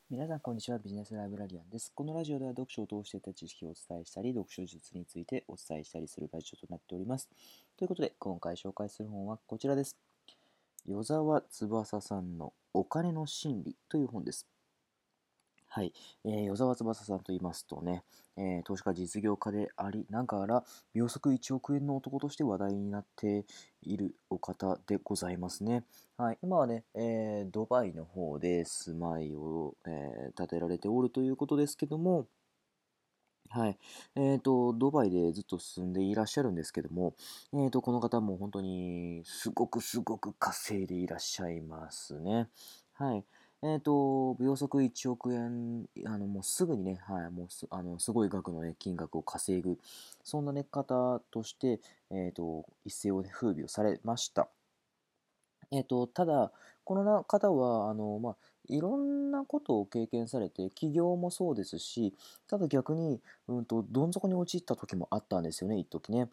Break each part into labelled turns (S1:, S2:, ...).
S1: 皆さん、こんにちは。ビジネスライブラリアンです。このラジオでは読書を通して得た知識をお伝えしたり、読書術についてお伝えしたりするラジオとなっております。ということで、今回紹介する本はこちらです。与沢翼さんのお金の心理という本です。はい、与沢翼さんと言いますとね、投資家実業家でありながら、秒速1億円の男として話題になっているお方でございますね。はい、今はね、ドバイの方で住まいを、建てられておるということですけども、はい。ドバイでずっと住んでいらっしゃるんですけども、この方も本当にすごく稼いでいらっしゃいますね。はい。秒速1億円、もうすぐにね、はい、もうすごい額のね、金額を稼ぐ、そんなね、方として、一世をね、風靡をされました。ただ、この方は、いろんなことを経験されて、起業もそうですし、ただ逆に、どん底に陥った時もあったんですよね、一時ね。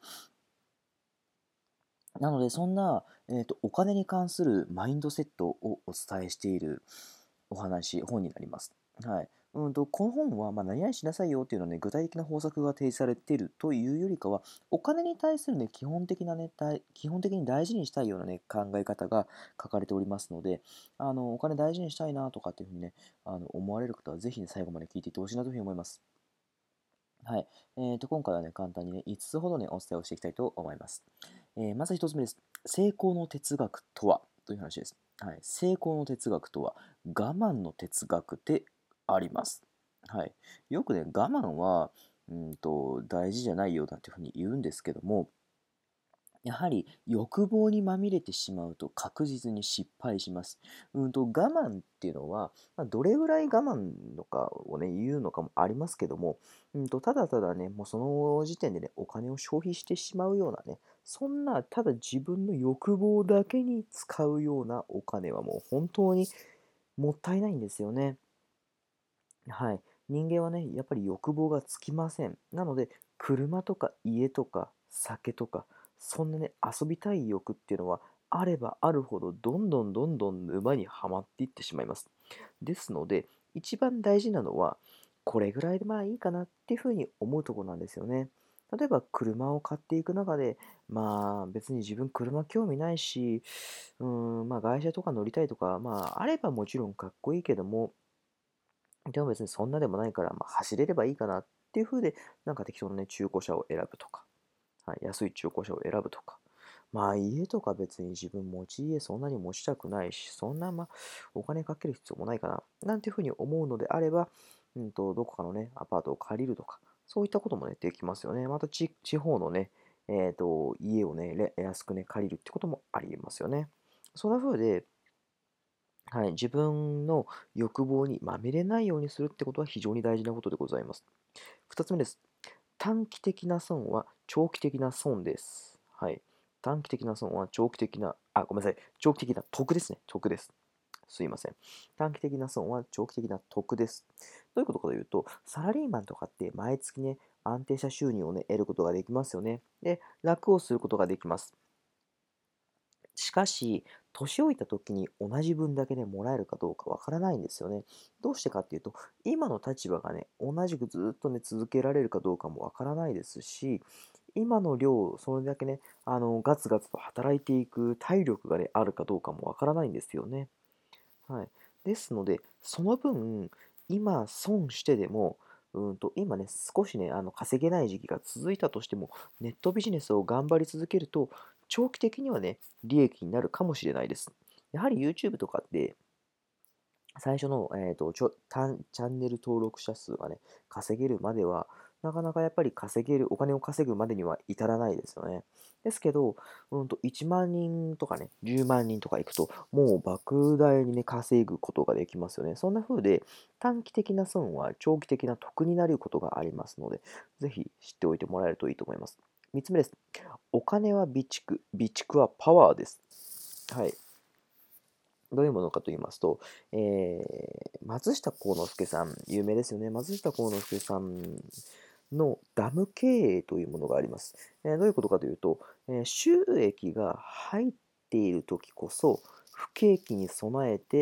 S1: なので、そんな、お金に関するマインドセットをお伝えしている本になります。はい。この本は、何々しなさいよっていうのはね、具体的な方策が提示されているというよりかは、お金に対するね、基本的に大事にしたいようなね、考え方が書かれておりますので、お金大事にしたいなとかっていうふうにね、思われる方はぜひね、最後まで聞いていってほしいなというふうに思います。はい。今回はね、簡単にね、5つほどね、お伝えをしていきたいと思います。まず1つ目です。成功の哲学とはという話です。はい。成功の哲学とは、我慢の哲学であります。はい。よくね、我慢は、大事じゃないよなんていうふうに言うんですけども、やはり欲望にまみれてしまうと確実に失敗します。我慢っていうのは、どれぐらい我慢のかをね、言うのかもありますけども、ただただね、もうその時点でね、お金を消費してしまうようなね、そんな、ただ自分の欲望だけに使うようなお金はもう本当にもったいないんですよね。はい。人間はね、やっぱり欲望がつきません。なので、車とか家とか酒とか、そんなね、遊びたい欲っていうのは、あればあるほど、どんどん沼にはまっていってしまいます。ですので、一番大事なのは、これぐらいでまあいいかなっていうふうに思うところなんですよね。例えば、車を買っていく中で、別に自分車興味ないし、外車とか乗りたいとか、あればもちろんかっこいいけども、でも別にそんなでもないから、走れればいいかなっていう風で、なんか適当なね、中古車を選ぶとか、はい、安い中古車を選ぶとか。家とか別に自分持ち家そんなに持ちたくないし、そんなお金かける必要もないかな、なんていう風に思うのであれば、どこかのね、アパートを借りるとか、そういったこともね、できますよね。また地方のね、家をね、安くね、借りるってこともありえますよね。そんな風で、はい、自分の欲望にまみれないようにするってことは非常に大事なことでございます。2つ目です。短期的な損は長期的な損です。はい。短期的な損は長期的な、ごめんなさい。長期的な得ですね。得です。すいません。短期的な損は長期的な得です。どういうことかというと、サラリーマンとかって毎月ね、安定した収入をね、得ることができますよね。で、楽をすることができます。しかし、年老いた時に同じ分だけね、もらえるかどうかわからないんですよね。どうしてかっていうと、今の立場がね、同じくずっとね、続けられるかどうかもわからないですし、今の量、それだけね、ガツガツと働いていく体力がね、あるかどうかもわからないんですよね。はい。ですので、その分、今損してでも、今ね、少しね、稼げない時期が続いたとしても、ネットビジネスを頑張り続けると、長期的にはね、利益になるかもしれないです。やはり YouTube とかって、最初の、チャンネル登録者数がね、稼げるまでは、なかなかやっぱりお金を稼ぐまでには至らないですよね。ですけど、1万人とかね、10万人とか行くと、もう莫大にね、稼ぐことができますよね。そんな風で、短期的な損は長期的な得になることがありますので、ぜひ知っておいてもらえるといいと思います。3つ目です。お金は備蓄、備蓄はパワーです。はい。どういうものかと言いますと、松下幸之助さん、有名ですよね。松下幸之助さんのダム経営というものがあります。どういうことかというと、収益が入っている時こそ、不景気に備えて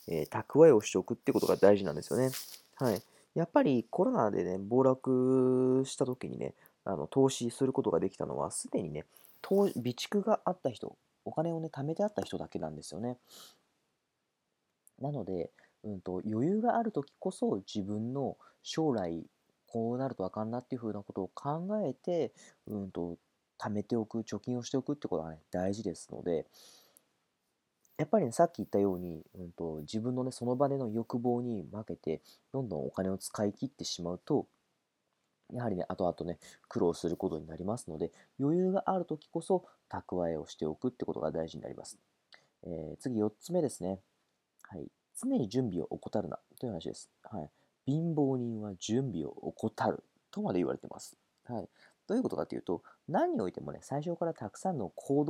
S1: 蓄えをしておくってことが大事なんですよね。はい。やっぱりコロナでね、暴落した時にね、投資することができたのは、すでにね、備蓄があった人、お金をね、貯めてあった人だけなんですよね。なので、余裕がある時こそ自分の将来こうなるとあかんなっていう風なことを考えて、貯めておく、貯金をしておくってことがね、大事ですので、やっぱりね、さっき言ったように、自分のね、その場での欲望に負けて、どんどんお金を使い切ってしまうと、やはりね、後々ね、苦労することになりますので、余裕があるときこそ蓄えをしておくってことが大事になります。次、4つ目ですね。はい。常に準備を怠るなという話です。はい。貧乏人は準備を怠るとまで言われています。はい。どういうことかというと、何においてもね、最初からたくさんの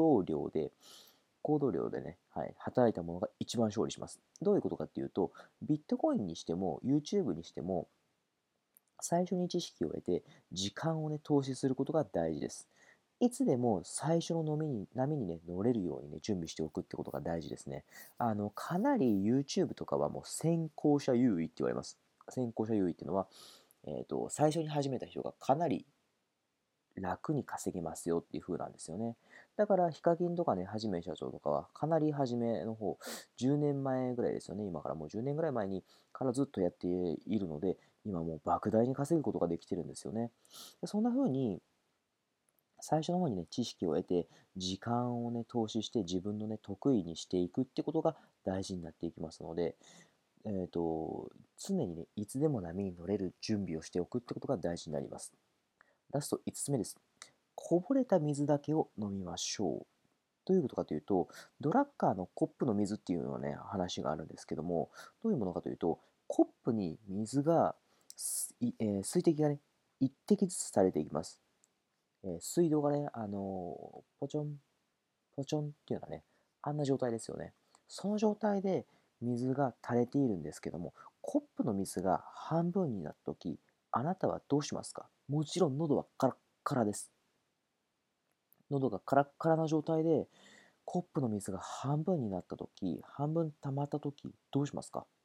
S1: 行動量でね、はい、働いたものが一番勝利します。どういうことかっていうと、ビットコインにしても、YouTube にしても、最初に知識を得て、時間をね、投資することが大事です。いつでも最初の波にね、乗れるようにね、準備しておくってことが大事ですね。かなり YouTube とかはもう先行者優位って言われます。先行者優位っていうのは、最初に始めた人がかなり楽に稼げますよっていう風なんですよね。だから、ヒカキンとかね、はじめ社長とかは、かなり初めの方、10年前ぐらいですよね、今からもう10年ぐらい前にからずっとやっているので、今もう莫大に稼ぐことができてるんですよね。でそんな風に、最初の方にね、知識を得て、時間をね、投資して自分のね、得意にしていくってことが大事になっていきますので、常にね、いつでも波に乗れる準備をしておくってことが大事になります。ラスト5つ目です。こぼれた水だけを飲みましょう。どういうことかというと、ドラッカーのコップの水っていうのはね、話があるんですけども、どういうものかというと、コップに水が、水滴がね、一滴ずつ垂れていきます。水道がね、ポチョン、ポチョンっていうのはね、あんな状態ですよね。その状態で水が垂れているんですけども、コップの水が半分になったとき、あなたはどうしますか？もちろん喉はカラッカラです。喉がカラッカラな状態で、コップの水が半分になったとき、半分溜まったとき、どうしますか？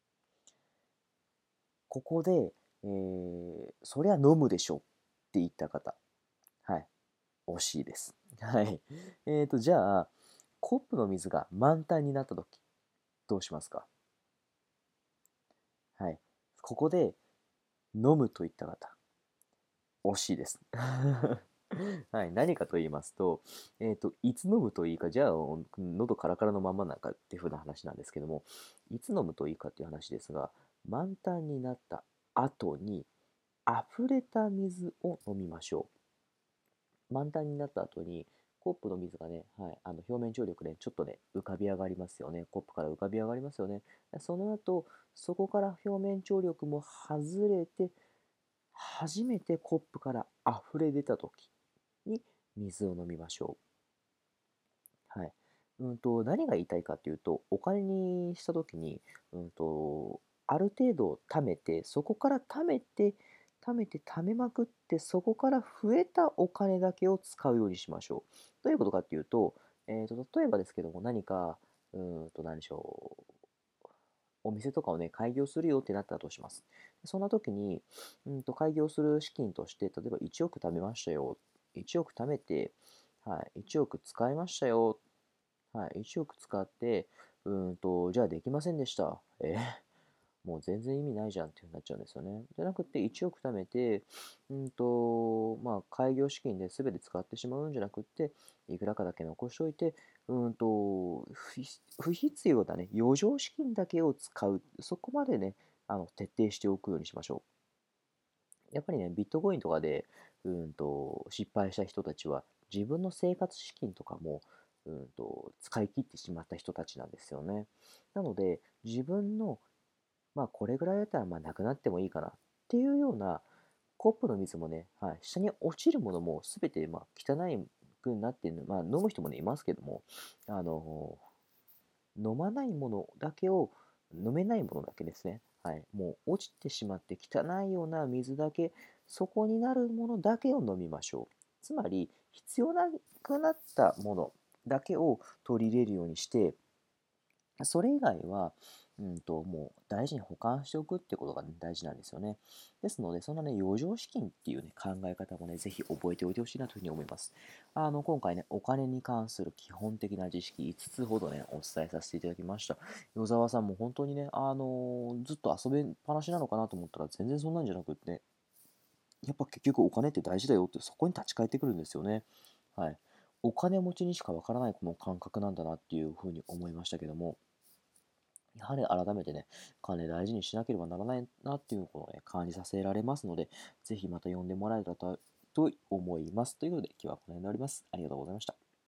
S1: ここで、そりゃ飲むでしょって言った方。はい。惜しいです。はい。じゃあ、コップの水が満タンになったとき、どうしますか？はい。ここで飲むと言った方。惜しいです。はい、何かと言いますと、いつ飲むといいか、じゃあ、喉カラカラのままなんかっていう風な話なんですけども、いつ飲むといいかっていう話ですが、満タンになった後に、溢れた水を飲みましょう。満タンになった後に、コップの水がね、はい、表面張力でちょっとね、浮かび上がりますよね。コップから浮かび上がりますよね。その後、そこから表面張力も外れて、初めてコップから溢れ出た時に水を飲みましょう。はい。何が言いたいかというと、お金にした時に、ある程度貯めて、そこから貯めまくって、そこから増えたお金だけを使うようにしましょう。どういうことかっていうと、例えばですけども、何か、何でしょう。お店とかをね、開業するよってなったとします。そんな時に、開業する資金として、例えば1億貯めましたよ。1億貯めて、はい、1億使いましたよ。はい、1億使って、じゃあできませんでした。もう全然意味ないじゃんっていうふうになっちゃうんですよね。じゃなくて1億貯めて、開業資金で全て使ってしまうんじゃなくって、いくらかだけ残しておいて、不必要なね、余剰資金だけを使う。そこまでね、徹底しておくようにしましょう。やっぱりね、ビットコインとかで、失敗した人たちは、自分の生活資金とかも、使い切ってしまった人たちなんですよね。なので、自分のこれぐらいだったら、なくなってもいいかなっていうような、コップの水もね、はい、下に落ちるものもすべて、汚くなっているの、飲む人もね、いますけども、あの、飲まないものだけを、飲めないものだけですね。はい、もう落ちてしまって汚いような水だけ、底になるものだけを飲みましょう。つまり、必要なくなったものだけを取り入れるようにして、それ以外は、 もう大事に保管しておくってことが、ね、大事なんですよね。ですので、そんなね、余剰資金っていうね、考え方もね、ぜひ覚えておいてほしいなというふうに思います。今回ね、お金に関する基本的な知識5つほどね、お伝えさせていただきました。与沢さんも本当にね、ずっと遊べっぱなしなのかなと思ったら、全然そんなんじゃなくって、やっぱ結局お金って大事だよって、そこに立ち返ってくるんですよね。はい。お金持ちにしかわからないこの感覚なんだなっていうふうに思いましたけども、やはり改めてね、金大事にしなければならないなっていうのをね、感じさせられますので、ぜひまた呼んでもらえたらと思います。ということで、今日はこの辺で終わります。ありがとうございました。